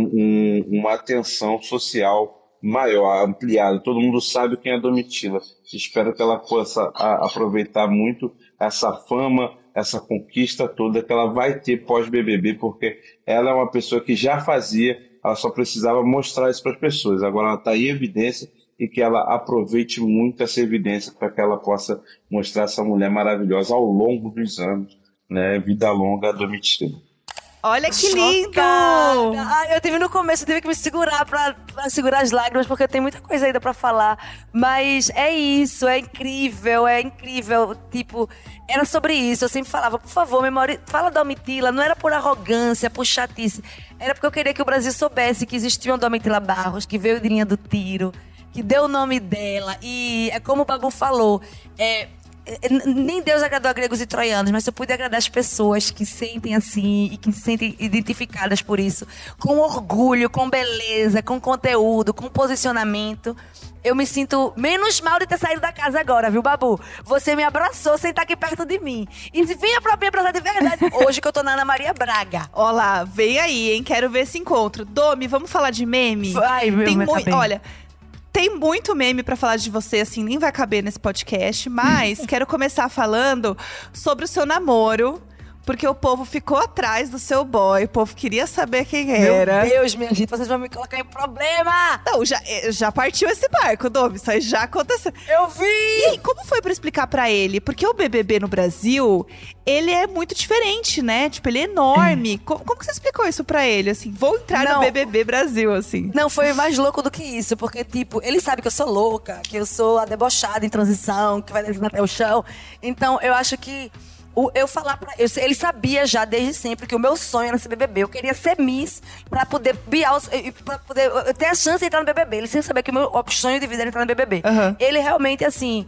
um, uma atenção social maior, ampliada. Todo mundo sabe quem é a Domitila. Espero que ela possa a, aproveitar muito essa fama, essa conquista toda que ela vai ter pós-B B B, porque ela é uma pessoa que já fazia, ela só precisava mostrar isso para as pessoas. Agora ela está em evidência e que ela aproveite muito essa evidência para que ela possa mostrar essa mulher maravilhosa ao longo dos anos, né? Vida longa, Domitila. Olha que lindo! Chocada. Ai, eu tive no começo, eu tive que me segurar pra, pra segurar as lágrimas, porque tem muita coisa ainda pra falar. Mas é isso, é incrível, é incrível. Tipo, era sobre isso. Eu sempre falava, por favor, memória, fala da Domitila. Não era por arrogância, por chatice. Era porque eu queria que o Brasil soubesse que existia uma Domitila Barros, que veio de linha do tiro, que deu o nome dela. E é como o Babu falou, é... nem Deus agradou a gregos e troianos, mas eu pude agradar as pessoas que sentem assim e que se sentem identificadas por isso, com orgulho, com beleza, com conteúdo, com posicionamento. Eu me sinto menos mal de ter saído da casa agora, viu, Babu? Você me abraçou sem estar aqui perto de mim. E vinha pra me abraçar de verdade hoje que eu tô na Ana Maria Braga. Olá, vem aí, hein? Quero ver esse encontro. Domi, vamos falar de meme? Vai, meu, Tem mas tá mui- bem. Olha, tem muito meme pra falar de você, assim, nem vai caber nesse podcast. Mas quero começar falando sobre o seu namoro. Porque o povo ficou atrás do seu boy. O povo queria saber quem era. Meu Deus, minha gente, vocês vão me colocar em problema! Não, já, eh, já partiu esse barco, Domi. Isso aí já aconteceu. Eu vi! E aí, como foi pra explicar pra ele? Porque o B B B no Brasil, ele é muito diferente, né? Tipo, ele é enorme. Como, como que você explicou isso pra ele? Assim, vou entrar Não. no B B B Brasil, assim. Não, foi mais louco do que isso, porque, tipo, ele sabe que eu sou louca, que eu sou a debochada em transição, que vai descendo até o chão. Então, eu acho que o, eu falar pra eu, ele sabia já desde sempre que o meu sonho era ser B B B. Eu queria ser Miss pra poder biar os, e pra poder eu ter a chance de entrar no B B B. Ele sempre sabia que o meu sonho de vida era entrar no B B B. Uhum. Ele realmente, assim,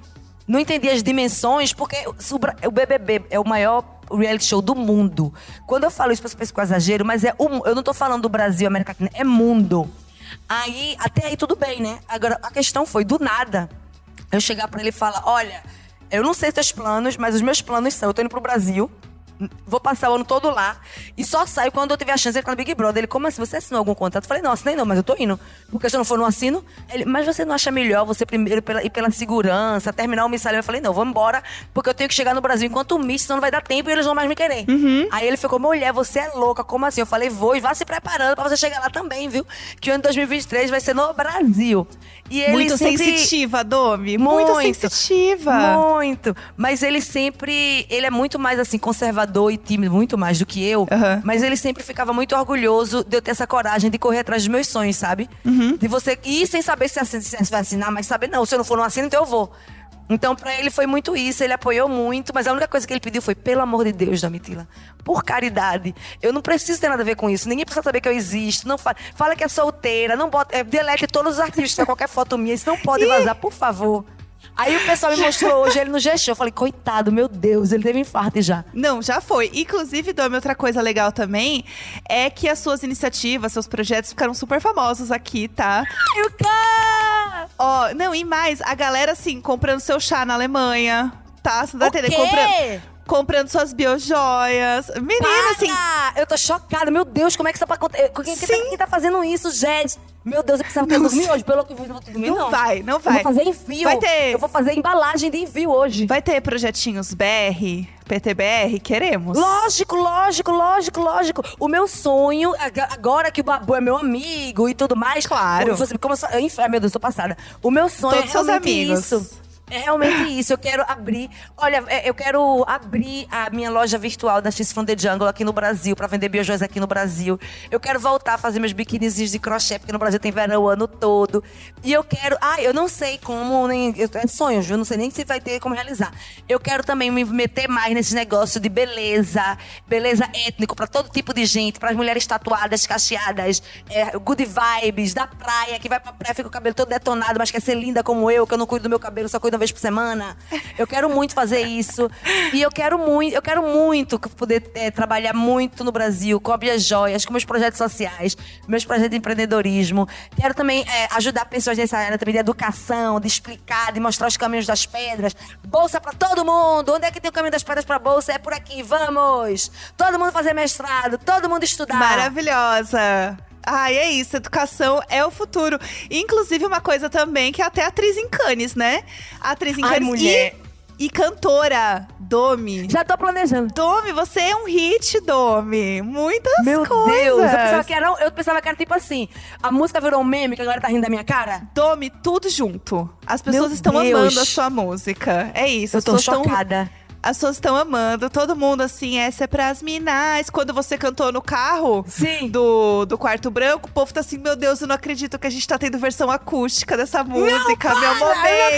não entendi as dimensões, porque o B B B é o maior reality show do mundo. Quando eu falo isso, eu penso com exagero, mas é o, eu não tô falando do Brasil, América Latina, é mundo. Aí, até aí tudo bem, né? Agora, a questão foi, do nada, eu chegar pra ele e falar, olha, eu não sei teus planos, mas os meus planos são, eu tô indo pro Brasil, vou passar o ano todo lá e só saio quando eu tiver a chance de entrar no Big Brother. Ele, como assim? Você assinou algum contrato? Eu falei, não, assinei não, mas eu tô indo. Porque se eu não for, não assino. Ele, mas você não acha melhor você primeiro pela, ir pela segurança, terminar o missário? Eu falei, não, vamos embora, porque eu tenho que chegar no Brasil enquanto o Miss, senão não vai dar tempo e eles não vão mais me querer. Uhum. Aí ele ficou, mulher, você é louca, como assim? Eu falei, vou e vá se preparando pra você chegar lá também, viu? Que o ano de dois mil e vinte e três vai ser no Brasil. E ele muito sempre... sensitiva, Domi. Muito, muito sensitiva. Muito. Mas ele sempre... Ele é muito mais, assim, conservador e tímido, muito mais do que eu. Uhum. Mas ele sempre ficava muito orgulhoso de eu ter essa coragem de correr atrás dos meus sonhos, sabe? Uhum. De você ir sem saber se, se, se vai assinar, mas saber, não, se eu não for, não assino, então eu vou. Então, pra ele foi muito isso, ele apoiou muito, mas a única coisa que ele pediu foi, pelo amor de Deus, Domitila, por caridade, eu não preciso ter nada a ver com isso, ninguém precisa saber que eu existo, não fala, fala que é solteira, não bota, é, delete todos os artistas, qualquer foto minha, isso não pode vazar, por favor. Aí o pessoal me mostrou hoje ele no G-Show. Eu falei, coitado, meu Deus, ele teve infarto já. Não, já foi. Inclusive, Domi, outra coisa legal também é que as suas iniciativas, seus projetos ficaram super famosos aqui, tá? Ai, o cara! Ó, não, e mais, a galera, assim, comprando seu chá na Alemanha, tá? Você tá o entendendo? quê? Comprando, comprando suas biojoias. Menina, assim… Eu tô chocada. Meu Deus, como é que isso pode acontecer? Quem, quem, quem tá fazendo isso, gente? Meu Deus, eu precisava ter dormir hoje. Pelo que eu vi, não vou dormir, não. Não vai, não vai. Eu vou fazer envio. Vai ter… Eu vou fazer embalagem de envio hoje. Vai ter projetinhos B R, P T B R? Queremos. Lógico, lógico, lógico, lógico. O meu sonho, agora que o Babu é meu amigo e tudo mais… Claro. Você, como eu sou, enfim, meu Deus, tô passada. O meu sonho Todos é seus realmente amigos. isso. É realmente isso, eu quero abrir… Olha, eu quero abrir a minha loja virtual da X from the Jungle aqui no Brasil, pra vender biojoias aqui no Brasil. Eu quero voltar a fazer meus biquinizinhos de crochê, porque no Brasil tem verão o ano todo. E eu quero… Ah, eu não sei como, nem… Eu, é sonho, eu não sei nem se vai ter como realizar. Eu quero também me meter mais nesse negócio de beleza, beleza étnico, pra todo tipo de gente, pras mulheres tatuadas, cacheadas, é, good vibes, da praia, que vai pra praia, fica com o cabelo todo detonado, mas quer ser linda como eu, que eu não cuido do meu cabelo, só cuido uma vez por semana. Eu quero muito fazer isso. E eu quero muito, eu quero muito poder é, trabalhar muito no Brasil com as joias, com meus projetos sociais, meus projetos de empreendedorismo. Quero também é, ajudar pessoas nessa área também de educação, de explicar, de mostrar os caminhos das pedras. Bolsa pra todo mundo. Onde é que tem o caminho das pedras pra bolsa? É por aqui. Vamos! Todo mundo fazer mestrado, todo mundo estudar. Maravilhosa! Ai, é isso, educação é o futuro. Inclusive, uma coisa também, que é até atriz em Cannes, né? Atriz em Ai, Cannes mulher. E, e cantora, Domi. Já tô planejando. Domi, você é um hit, Domi. Muitas Meu coisas. Deus, eu pensava, que era, eu pensava que era tipo assim, a música virou um meme, que agora tá rindo da minha cara. Domi, tudo junto. As pessoas Meu estão Deus. amando a sua música. É isso. Eu as tô pessoas tão- chocada. As pessoas estão amando, todo mundo assim, essa é pras minas. Quando você cantou no carro Sim. do, do Quarto Branco, o povo tá assim, meu Deus, eu não acredito que a gente tá tendo versão acústica dessa música, para, meu eu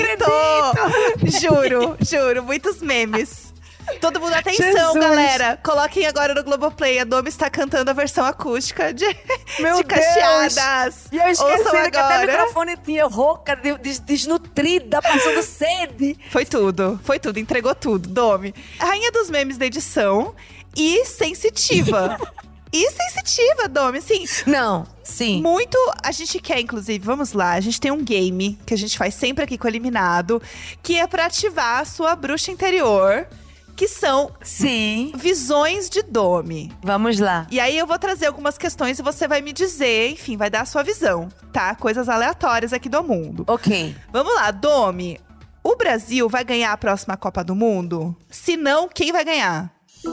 não momento. Juro, juro, muitos memes. Todo mundo, atenção, Jesus. galera. Coloquem agora no Globoplay, a Domi está cantando a versão acústica de, Meu de Cacheadas. E eu esqueci Ouçam que até o agora. microfone tinha rouca, de- des- desnutrida, passando sede. Foi tudo, foi tudo, entregou tudo, Domi. Rainha dos memes da edição e sensitiva. E sensitiva, Domi, assim, Não, sim. muito… A gente quer, inclusive, vamos lá, a gente tem um game que a gente faz sempre aqui com o Eliminado, que é pra ativar a sua bruxa interior, que são Sim. visões de Domi. Vamos lá. E aí eu vou trazer algumas questões e você vai me dizer, enfim, vai dar a sua visão, tá? Coisas aleatórias aqui do mundo. Ok. Vamos lá, Domi. O Brasil vai ganhar a próxima Copa do Mundo? Se não, quem vai ganhar?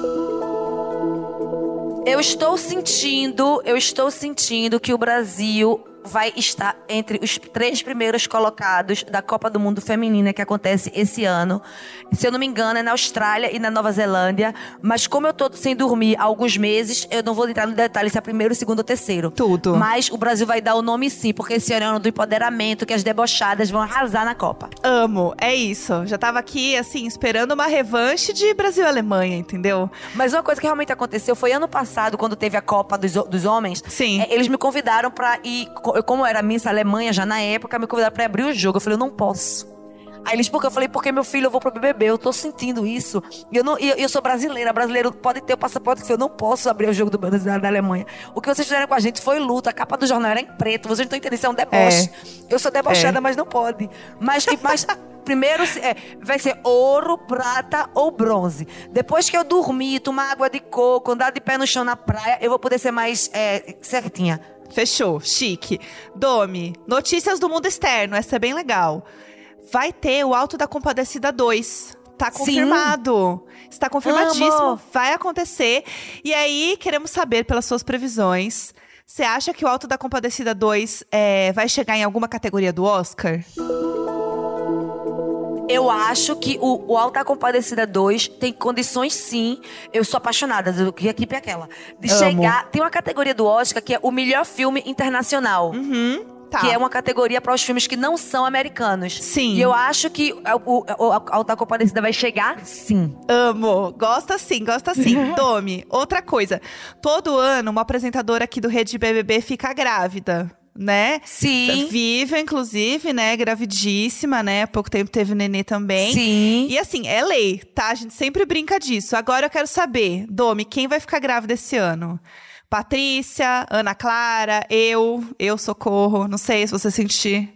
Eu estou sentindo, eu estou sentindo que o Brasil vai estar entre os três primeiros colocados da Copa do Mundo Feminina que acontece esse ano. Se eu não me engano, é na Austrália e na Nova Zelândia. Mas como eu tô sem dormir há alguns meses, eu não vou entrar no detalhe se é primeiro, segundo ou terceiro. Tudo. Mas o Brasil vai dar o nome sim, porque esse ano é o ano do empoderamento, que as debochadas vão arrasar na Copa. Amo, é isso. Já tava aqui, assim, esperando uma revanche de Brasil e Alemanha, entendeu? Mas uma coisa que realmente aconteceu foi ano passado, quando teve a Copa dos, dos Homens. Sim. É, eles me convidaram pra ir… Eu, como eu era Miss Alemanha já na época, me convidaram pra abrir o jogo. Eu falei, eu não posso. Aí eles, por que? Eu falei, porque meu filho, eu vou pro B B B, eu tô sentindo isso. E eu, não, eu, eu sou brasileira, brasileiro pode ter o passaporte que eu não posso abrir o jogo do Brasil da Alemanha. O que vocês fizeram com a gente foi luta, a capa do jornal era em preto, vocês não estão entendendo, isso é um deboche. É. Eu sou debochada, é. mas não pode. Mas, mas primeiro é, vai ser ouro, prata ou bronze. Depois que eu dormir, tomar água de coco, andar de pé no chão na praia, eu vou poder ser mais é, certinha. Fechou, chique. Domi, notícias do mundo externo, essa é bem legal. Vai ter o Alto da Compadecida dois. Tá confirmado. Sim. Está confirmadíssimo. Amo. Vai acontecer. E aí, queremos saber, pelas suas previsões, você acha que o Alto da Compadecida dois é, vai chegar em alguma categoria do Oscar? Eu acho que o, o Alto da Compadecida dois tem condições, sim. Eu sou apaixonada, que equipe é aquela. De Amo. chegar. Tem uma categoria do Oscar que é o melhor filme internacional. Uhum. Tá. Que é uma categoria para os filmes que não são americanos. Sim. E eu acho que o, o, o Alto da Compadecida vai chegar, sim. Amo. Gosta sim, gosta sim. Domi, outra coisa. Todo ano, uma apresentadora aqui do Rede B B B fica grávida, né? Sim. Viva, inclusive, né? Gravidíssima, né? Há pouco tempo teve nenê também. Sim. E assim, é lei, tá? A gente sempre brinca disso. Agora eu quero saber, Domi, quem vai ficar grávida esse ano? Patrícia, Ana Clara, eu, eu Socorro. Não sei se você sentir.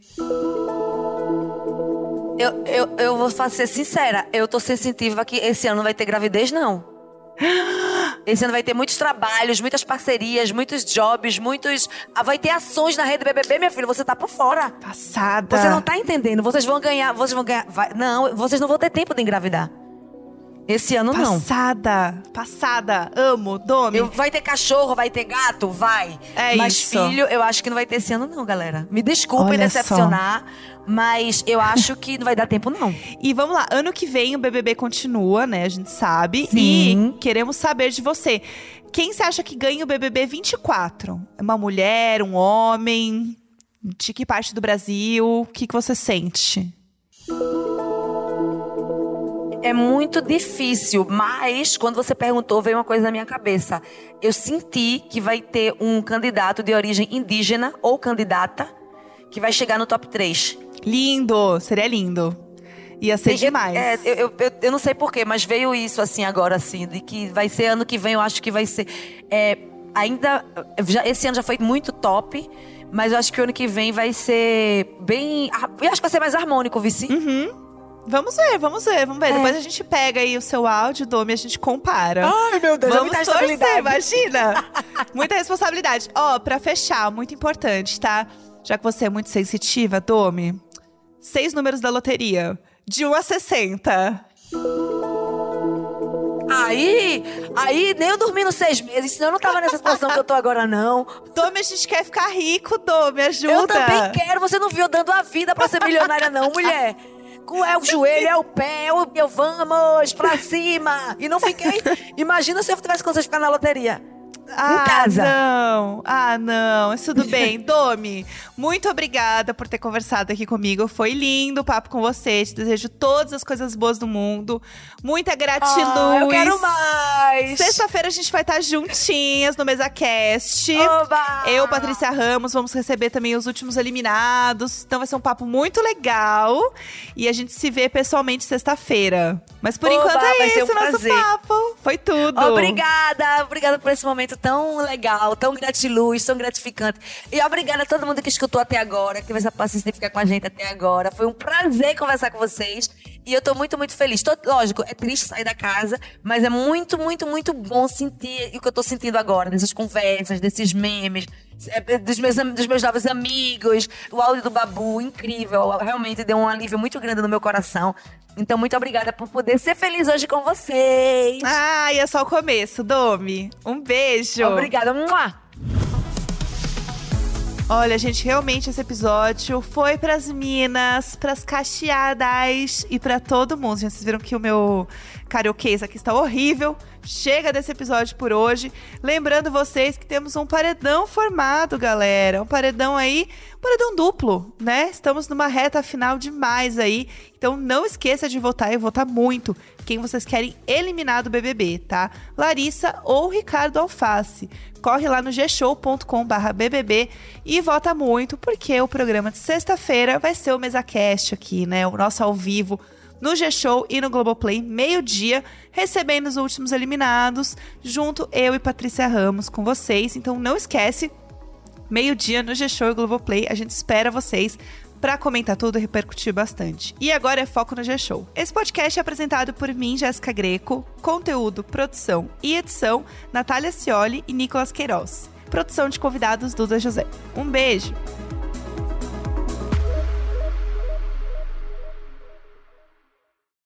Eu, eu, eu vou ser sincera, eu tô sensitiva que esse ano não vai ter gravidez, não. Esse ano vai ter muitos trabalhos, muitas parcerias, muitos jobs, muitos... Vai ter ações na rede B B B, minha filha, você tá por fora. Passada. Você não tá entendendo, vocês vão ganhar, vocês vão ganhar... Vai, não, vocês não vão ter tempo de engravidar. Esse ano não. Passada, passada. Amo, Domi. Eu, vai ter cachorro, vai ter gato? Vai. É mas isso. filho, eu acho que não vai ter esse ano não, galera. Me desculpem Olha decepcionar, só. Mas eu acho que não vai dar tempo não. E vamos lá, ano que vem o B B B continua, né? A gente sabe. Sim. E queremos saber de você. Quem você acha que ganha o B B B vinte e quatro? É uma mulher, um homem? De que parte do Brasil? O que, que você sente? É muito difícil, mas quando você perguntou, veio uma coisa na minha cabeça. Eu senti que vai ter um candidato de origem indígena ou candidata que vai chegar no top três. Lindo, seria lindo. Ia ser eu, demais. É, eu, eu, eu, eu não sei porquê, mas veio isso assim agora, assim, de que vai ser ano que vem, eu acho que vai ser. É, ainda. Já, esse ano já foi muito top, mas eu acho que o ano que vem vai ser bem. Eu acho que vai ser mais harmônico, Vici. Uhum. Vamos ver, vamos ver, vamos ver. É. Depois a gente pega aí o seu áudio, Domi, e a gente compara. Ai, meu Deus, vamos muita torcer, responsabilidade. Imagina. Muita responsabilidade. Ó, oh, pra fechar, muito importante, tá? Já que você é muito sensitiva, Domi, seis números da loteria. De um a sessenta. Aí, aí nem eu dormi nos seis meses, senão eu não tava nessa situação que eu tô agora, não. Domi, a gente quer ficar rico, Domi, ajuda. Eu também quero, você não viu eu dando a vida pra ser milionária não, mulher. É o joelho, é o pé, é o eu vamos pra cima. E não fiquei. Imagina se eu tivesse conseguido ficar na loteria. Ah, em casa. não. Ah, não. Mas tudo bem. Domi, muito obrigada por ter conversado aqui comigo. Foi lindo o papo com você. Te desejo todas as coisas boas do mundo. Muita gratiluz. Ah, eu quero mais. Sexta-feira a gente vai estar juntinhas no MesaCast. Oba! Eu, Patrícia Ramos, vamos receber também os últimos eliminados. Então vai ser um papo muito legal. E a gente se vê pessoalmente sexta-feira. Mas por Oba, enquanto é isso, um nosso prazer. papo. Foi tudo. Obrigada, obrigada por esse momento tão legal, tão gratiluz, tão gratificante. E obrigada a todo mundo que escutou até agora, que teve essa paciência de ficar com a gente até agora. Foi um prazer conversar com vocês. E eu tô muito, muito feliz. Tô, lógico, é triste sair da casa, mas é muito, muito, muito bom sentir o que eu tô sentindo agora, dessas conversas, desses memes, dos meus, dos meus novos amigos, o áudio do Babu, incrível. Realmente deu um alívio muito grande no meu coração. Então, muito obrigada por poder ser feliz hoje com vocês. Ai, é só o começo, Domi. Um beijo. Obrigada. Mua. Olha, gente, realmente esse episódio foi pras minas, pras cacheadas e pra todo mundo. Gente, vocês viram que o meu karaokês aqui está horrível. Chega desse episódio por hoje. Lembrando vocês que temos um paredão formado, galera. Um paredão aí paredão duplo, né? Estamos numa reta final demais aí. Então não esqueça de votar e votar muito quem vocês querem eliminar do B B B, tá? Larissa ou Ricardo Alface. Corre lá no g show ponto com barra b b b e vota muito, porque o programa de sexta-feira vai ser o MesaCast aqui, né? O nosso ao vivo no G-Show e no Globoplay, meio-dia, recebendo os últimos eliminados, junto eu e Patrícia Ramos com vocês. Então não esquece, meio-dia no G-Show e Globoplay, a gente espera vocês pra comentar tudo e repercutir bastante. E agora é foco no G-Show. Esse podcast é apresentado por mim, Jéssica Greco, conteúdo, produção e edição, Natália Scioli e Nicolas Queiroz. Produção de convidados, Duda José. Um beijo!